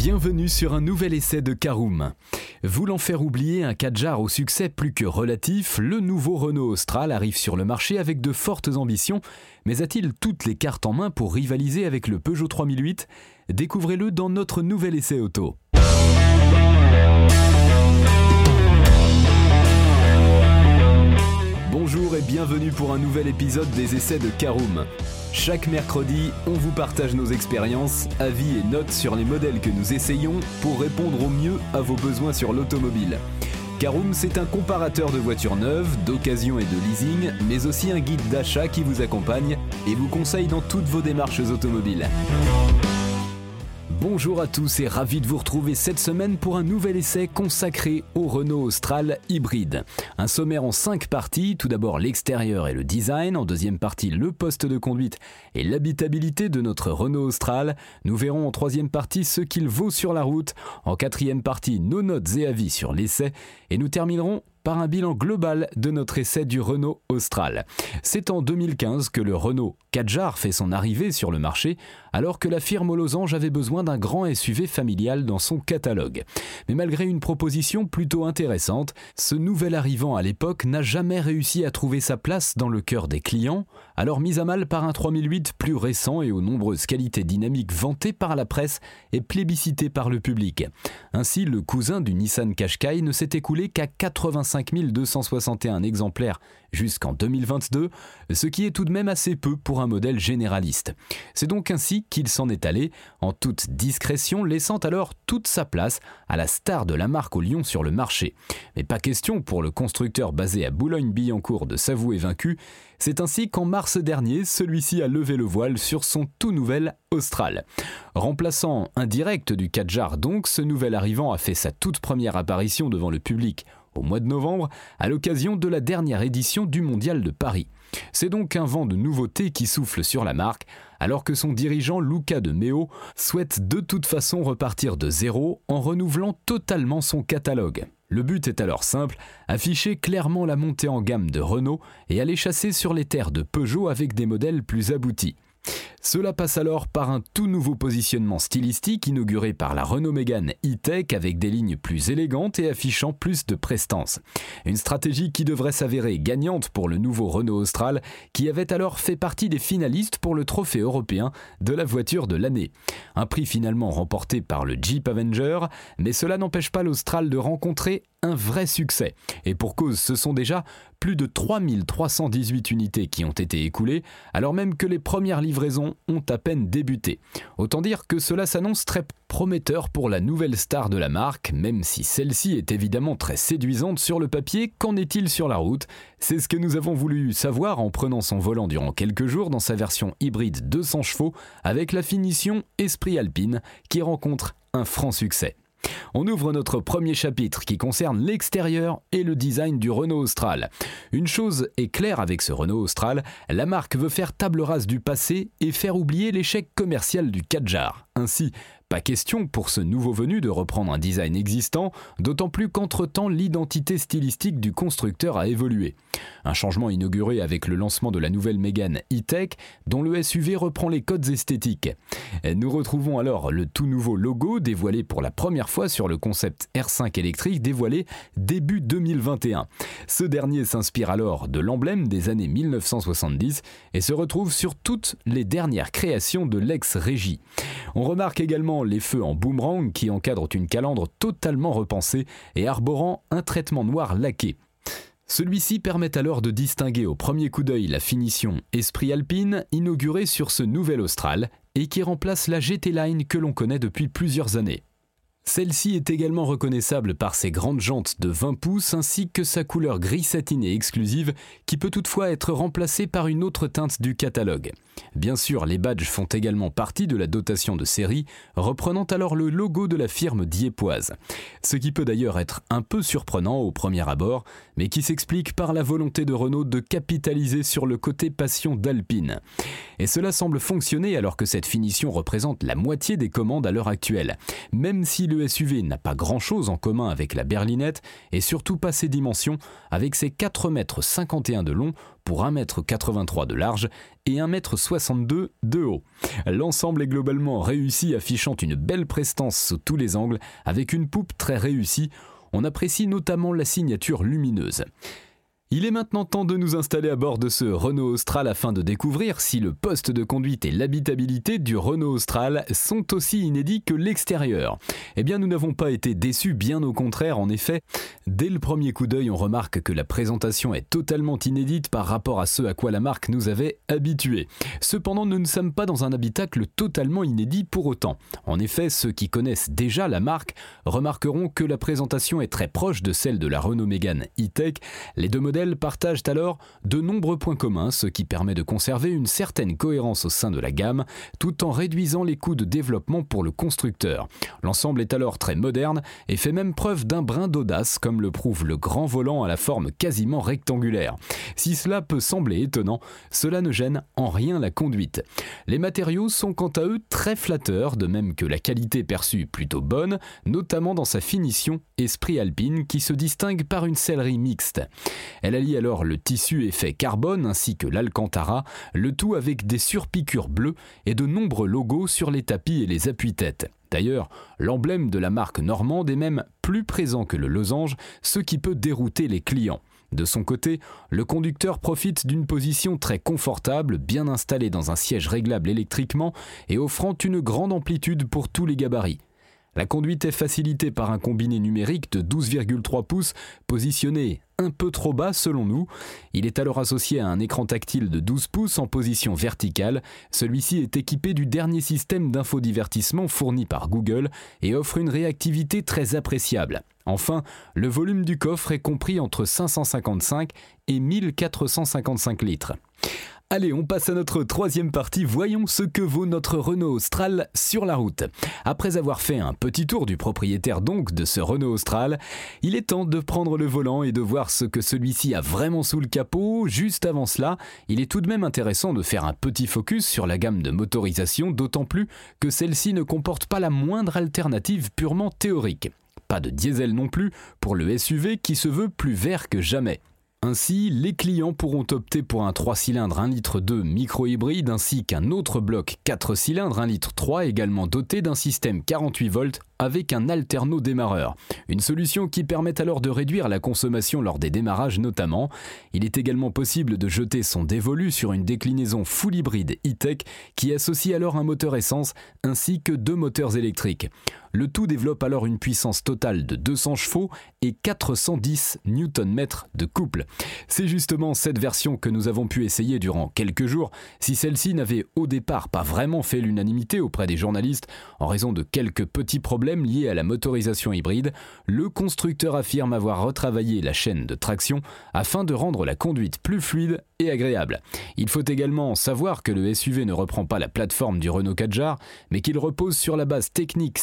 Bienvenue sur un nouvel essai de Caroom. Voulant faire oublier un Kadjar au succès plus que relatif, le nouveau Renault Austral arrive sur le marché avec de fortes ambitions, mais a-t-il toutes les cartes en main pour rivaliser avec le Peugeot 3008 ? Découvrez-le dans notre nouvel essai auto. Bonjour et bienvenue pour un nouvel épisode des essais de Caroom. Chaque mercredi, on vous partage nos expériences, avis et notes sur les modèles que nous essayons pour répondre au mieux à vos besoins sur l'automobile. Caroom, c'est un comparateur de voitures neuves, d'occasion et de leasing, mais aussi un guide d'achat qui vous accompagne et vous conseille dans toutes vos démarches automobiles. Bonjour à tous et ravi de vous retrouver cette semaine pour un nouvel essai consacré au Renault Austral hybride. Un sommaire en 5 parties, tout d'abord l'extérieur et le design, en deuxième partie le poste de conduite et l'habitabilité de notre Renault Austral. Nous verrons en troisième partie ce qu'il vaut sur la route, en quatrième partie nos notes et avis sur l'essai et nous terminerons par un bilan global de notre essai du Renault Austral. C'est en 2015 que le Renault Kadjar fait son arrivée sur le marché, alors que la firme aux losanges avait besoin d'un grand SUV familial dans son catalogue. Mais malgré une proposition plutôt intéressante, ce nouvel arrivant à l'époque n'a jamais réussi à trouver sa place dans le cœur des clients, alors mis à mal par un 3008 plus récent et aux nombreuses qualités dynamiques vantées par la presse et plébiscitées par le public. Ainsi, le cousin du Nissan Qashqai ne s'est écoulé qu'à 85 261 exemplaires jusqu'en 2022, ce qui est tout de même assez peu pour un modèle généraliste. C'est donc ainsi qu'il s'en est allé, en toute discrétion, laissant alors toute sa place à la star de la marque au lion sur le marché. Mais pas question pour le constructeur basé à Boulogne-Billancourt de s'avouer vaincu. C'est ainsi qu'en mars dernier, celui-ci a levé le voile sur son tout nouvel Austral. Remplaçant indirect du Kadjar donc, ce nouvel arrivant a fait sa toute première apparition devant le public au mois de novembre, à l'occasion de la dernière édition du Mondial de Paris. C'est donc un vent de nouveauté qui souffle sur la marque, alors que son dirigeant Luca de Meo souhaite de toute façon repartir de zéro en renouvelant totalement son catalogue. Le but est alors simple, afficher clairement la montée en gamme de Renault et aller chasser sur les terres de Peugeot avec des modèles plus aboutis. Cela passe alors par un tout nouveau positionnement stylistique inauguré par la Renault Mégane E-Tech avec des lignes plus élégantes et affichant plus de prestance. Une stratégie qui devrait s'avérer gagnante pour le nouveau Renault Austral qui avait alors fait partie des finalistes pour le trophée européen de la voiture de l'année. Un prix finalement remporté par le Jeep Avenger, mais cela n'empêche pas l'Austral de rencontrer un vrai succès. Et pour cause, ce sont déjà plus de 3318 unités qui ont été écoulées, alors même que les premières livraisons ont à peine débuté. Autant dire que cela s'annonce très prometteur pour la nouvelle star de la marque, même si celle-ci est évidemment très séduisante sur le papier, qu'en est-il sur la route ? C'est ce que nous avons voulu savoir en prenant son volant durant quelques jours dans sa version hybride 200 chevaux avec la finition Esprit Alpine qui rencontre un franc succès. On ouvre notre premier chapitre qui concerne l'extérieur et le design du Renault Austral. Une chose est claire avec ce Renault Austral, la marque veut faire table rase du passé et faire oublier l'échec commercial du Kadjar. Ainsi, pas question pour ce nouveau venu de reprendre un design existant, d'autant plus qu'entre-temps l'identité stylistique du constructeur a évolué. Un changement inauguré avec le lancement de la nouvelle Mégane E-Tech, dont le SUV reprend les codes esthétiques. Nous retrouvons alors le tout nouveau logo dévoilé pour la première fois sur le concept R5 électrique dévoilé début 2021. Ce dernier s'inspire alors de l'emblème des années 1970 et se retrouve sur toutes les dernières créations de l'ex-régie. On remarque également les feux en boomerang qui encadrent une calandre totalement repensée et arborant un traitement noir laqué. Celui-ci permet alors de distinguer au premier coup d'œil la finition Esprit Alpine inaugurée sur ce nouvel Austral et qui remplace la GT Line que l'on connaît depuis plusieurs années. Celle-ci est également reconnaissable par ses grandes jantes de 20 pouces ainsi que sa couleur gris satiné exclusive qui peut toutefois être remplacée par une autre teinte du catalogue. Bien sûr, les badges font également partie de la dotation de série, reprenant alors le logo de la firme diepoise. Ce qui peut d'ailleurs être un peu surprenant au premier abord, mais qui s'explique par la volonté de Renault de capitaliser sur le côté passion d'Alpine. Et cela semble fonctionner alors que cette finition représente la moitié des commandes à l'heure actuelle. Même si le SUV n'a pas grand-chose en commun avec la berlinette, et surtout pas ses dimensions, avec ses 4,51 m de long pour 1,83 m de large et 1,62 m de haut. L'ensemble est globalement réussi, affichant une belle prestance sous tous les angles, avec une poupe très réussie. On apprécie notamment la signature lumineuse. Il est maintenant temps de nous installer à bord de ce Renault Austral afin de découvrir si le poste de conduite et l'habitabilité du Renault Austral sont aussi inédits que l'extérieur. Eh bien, nous n'avons pas été déçus, bien au contraire. En effet, dès le premier coup d'œil, on remarque que la présentation est totalement inédite par rapport à ce à quoi la marque nous avait habitués. Cependant, nous ne sommes pas dans un habitacle totalement inédit pour autant. En effet, ceux qui connaissent déjà la marque remarqueront que la présentation est très proche de celle de la Renault Mégane E-Tech. Les deux modèles partagent alors de nombreux points communs, ce qui permet de conserver une certaine cohérence au sein de la gamme, tout en réduisant les coûts de développement pour le constructeur. L'ensemble est alors très moderne et fait même preuve d'un brin d'audace, comme le prouve le grand volant à la forme quasiment rectangulaire. Si cela peut sembler étonnant, cela ne gêne en rien la conduite. Les matériaux sont quant à eux très flatteurs, de même que la qualité perçue plutôt bonne, notamment dans sa finition esprit alpine qui se distingue par une sellerie mixte. Elle allie alors le tissu effet carbone ainsi que l'alcantara, le tout avec des surpiqûres bleues et de nombreux logos sur les tapis et les appuis-têtes. D'ailleurs, l'emblème de la marque normande est même plus présent que le losange, ce qui peut dérouter les clients. De son côté, le conducteur profite d'une position très confortable, bien installé dans un siège réglable électriquement et offrant une grande amplitude pour tous les gabarits. La conduite est facilitée par un combiné numérique de 12,3 pouces, positionné un peu trop bas selon nous. Il est alors associé à un écran tactile de 12 pouces en position verticale. Celui-ci est équipé du dernier système d'infodivertissement fourni par Google et offre une réactivité très appréciable. Enfin, le volume du coffre est compris entre 555 et 1455 litres. Allez, on passe à notre troisième partie. Voyons ce que vaut notre Renault Austral sur la route. Après avoir fait un petit tour du propriétaire donc de ce Renault Austral, il est temps de prendre le volant et de voir ce que celui-ci a vraiment sous le capot. Juste avant cela, il est tout de même intéressant de faire un petit focus sur la gamme de motorisation, d'autant plus que celle-ci ne comporte pas la moindre alternative purement théorique. Pas de diesel non plus pour le SUV qui se veut plus vert que jamais. Ainsi, les clients pourront opter pour un 3 cylindres 1,2 litre micro-hybride ainsi qu'un autre bloc 4 cylindres 1,3 litre également doté d'un système 48 volts avec un alterno démarreur. Une solution qui permet alors de réduire la consommation lors des démarrages notamment. Il est également possible de jeter son dévolu sur une déclinaison full hybride E-Tech qui associe alors un moteur essence ainsi que 2 moteurs électriques. Le tout développe alors une puissance totale de 200 chevaux et 410 Nm de couple. C'est justement cette version que nous avons pu essayer durant quelques jours. Si celle-ci n'avait au départ pas vraiment fait l'unanimité auprès des journalistes en raison de quelques petits problèmes liés à la motorisation hybride, le constructeur affirme avoir retravaillé la chaîne de traction afin de rendre la conduite plus fluide et agréable. Il faut également savoir que le SUV ne reprend pas la plateforme du Renault Kadjar, mais qu'il repose sur la base technique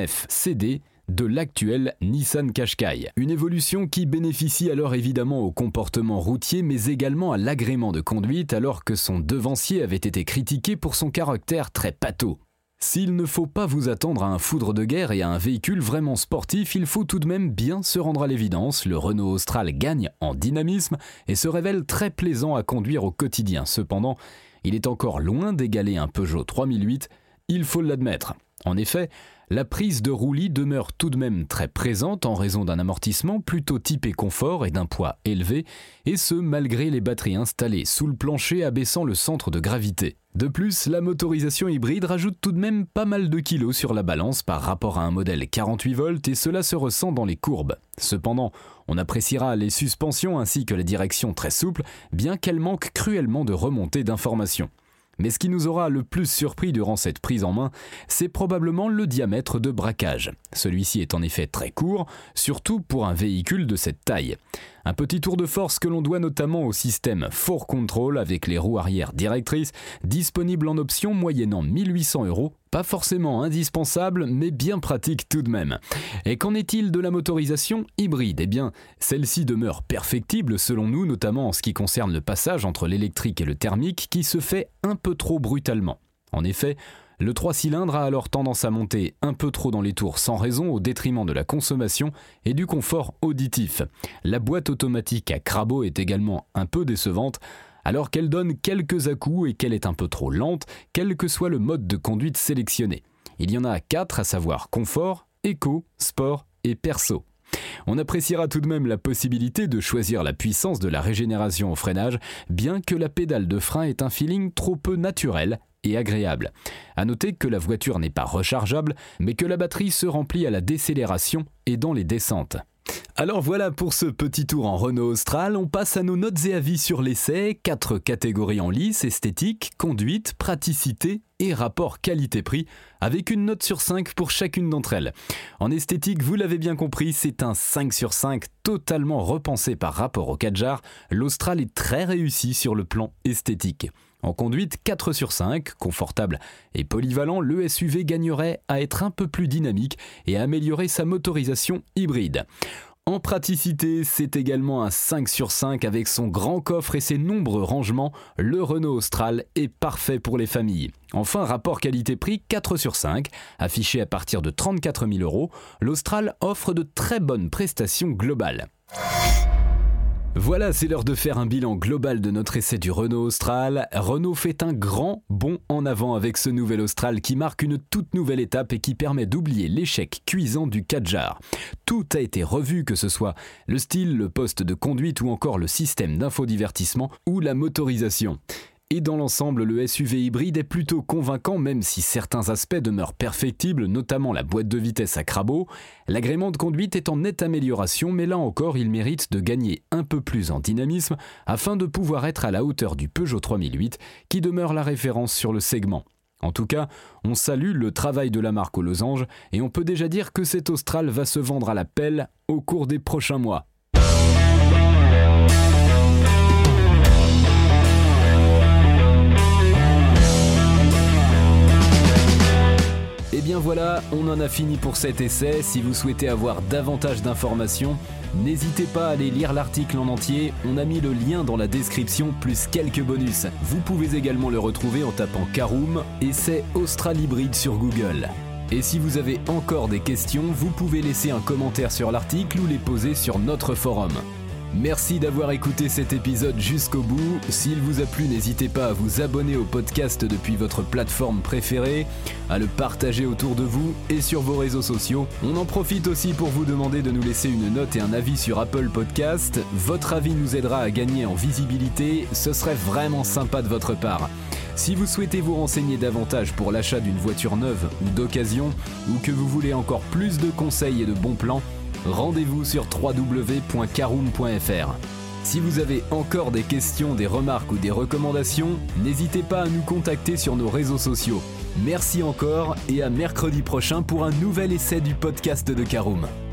CMF-CD de l'actuel Nissan Qashqai. Une évolution qui bénéficie alors évidemment au comportement routier mais également à l'agrément de conduite alors que son devancier avait été critiqué pour son caractère très pâteau. S'il ne faut pas vous attendre à un foudre de guerre et à un véhicule vraiment sportif, il faut tout de même bien se rendre à l'évidence. Le Renault Austral gagne en dynamisme et se révèle très plaisant à conduire au quotidien. Cependant, il est encore loin d'égaler un Peugeot 3008, il faut l'admettre. En effet, la prise de roulis demeure tout de même très présente en raison d'un amortissement plutôt typé confort et d'un poids élevé, et ce malgré les batteries installées sous le plancher abaissant le centre de gravité. De plus, la motorisation hybride rajoute tout de même pas mal de kilos sur la balance par rapport à un modèle 48 volts et cela se ressent dans les courbes. Cependant, on appréciera les suspensions ainsi que la direction très souple, bien qu'elle manque cruellement de remontée d'informations. Mais ce qui nous aura le plus surpris durant cette prise en main, c'est probablement le diamètre de braquage. Celui-ci est en effet très court, surtout pour un véhicule de cette taille. Un petit tour de force que l'on doit notamment au système 4Control avec les roues arrière directrices, disponible en option moyennant 1 800 €. Pas forcément indispensable, mais bien pratique tout de même. Et qu'en est-il de la motorisation hybride ? Eh bien, celle-ci demeure perfectible selon nous, notamment en ce qui concerne le passage entre l'électrique et le thermique qui se fait un peu trop brutalement. En effet, le 3 cylindres a alors tendance à monter un peu trop dans les tours sans raison au détriment de la consommation et du confort auditif. La boîte automatique à crabot est également un peu décevante. alors qu'elle donne quelques à-coups et qu'elle est un peu trop lente, quel que soit le mode de conduite sélectionné. Il y en a 4, à savoir confort, éco, sport et perso. On appréciera tout de même la possibilité de choisir la puissance de la régénération au freinage, bien que la pédale de frein ait un feeling trop peu naturel et agréable. À noter que la voiture n'est pas rechargeable, mais que la batterie se remplit à la décélération et dans les descentes. Alors voilà pour ce petit tour en Renault Austral, on passe à nos notes et avis sur l'essai, 4 catégories en lice, esthétique, conduite, praticité et rapport qualité-prix, avec une note sur 5 pour chacune d'entre elles. En esthétique, vous l'avez bien compris, c'est un 5 sur 5 totalement repensé par rapport au Kadjar, l'Austral est très réussi sur le plan esthétique. En conduite, 4 sur 5, confortable et polyvalent, le SUV gagnerait à être un peu plus dynamique et à améliorer sa motorisation hybride. En praticité, c'est également un 5 sur 5 avec son grand coffre et ses nombreux rangements, le Renault Austral est parfait pour les familles. Enfin, rapport qualité-prix 4 sur 5, affiché à partir de 34 000 €, l'Austral offre de très bonnes prestations globales. Voilà, c'est l'heure de faire un bilan global de notre essai du Renault Austral. Renault fait un grand bond en avant avec ce nouvel Austral qui marque une toute nouvelle étape et qui permet d'oublier l'échec cuisant du Kadjar. Tout a été revu, que ce soit le style, le poste de conduite ou encore le système d'infodivertissement ou la motorisation. Et dans l'ensemble, le SUV hybride est plutôt convaincant, même si certains aspects demeurent perfectibles, notamment la boîte de vitesse à crabot. L'agrément de conduite est en nette amélioration, mais là encore, il mérite de gagner un peu plus en dynamisme afin de pouvoir être à la hauteur du Peugeot 3008, qui demeure la référence sur le segment. En tout cas, on salue le travail de la marque aux losanges et on peut déjà dire que cet Austral va se vendre à la pelle au cours des prochains mois. Et bien voilà, on en a fini pour cet essai. Si vous souhaitez avoir davantage d'informations, n'hésitez pas à aller lire l'article en entier. On a mis le lien dans la description, plus quelques bonus. Vous pouvez également le retrouver en tapant Caroom, essai Austral hybride sur Google. Et si vous avez encore des questions, vous pouvez laisser un commentaire sur l'article ou les poser sur notre forum. Merci d'avoir écouté cet épisode jusqu'au bout. S'il vous a plu, n'hésitez pas à vous abonner au podcast depuis votre plateforme préférée, à le partager autour de vous et sur vos réseaux sociaux. On en profite aussi pour vous demander de nous laisser une note et un avis sur Apple Podcast. Votre avis nous aidera à gagner en visibilité, ce serait vraiment sympa de votre part. Si vous souhaitez vous renseigner davantage pour l'achat d'une voiture neuve ou d'occasion, ou que vous voulez encore plus de conseils et de bons plans, rendez-vous sur www.caroom.fr. Si vous avez encore des questions, des remarques ou des recommandations, n'hésitez pas à nous contacter sur nos réseaux sociaux. Merci encore et à mercredi prochain pour un nouvel essai du podcast de Caroom.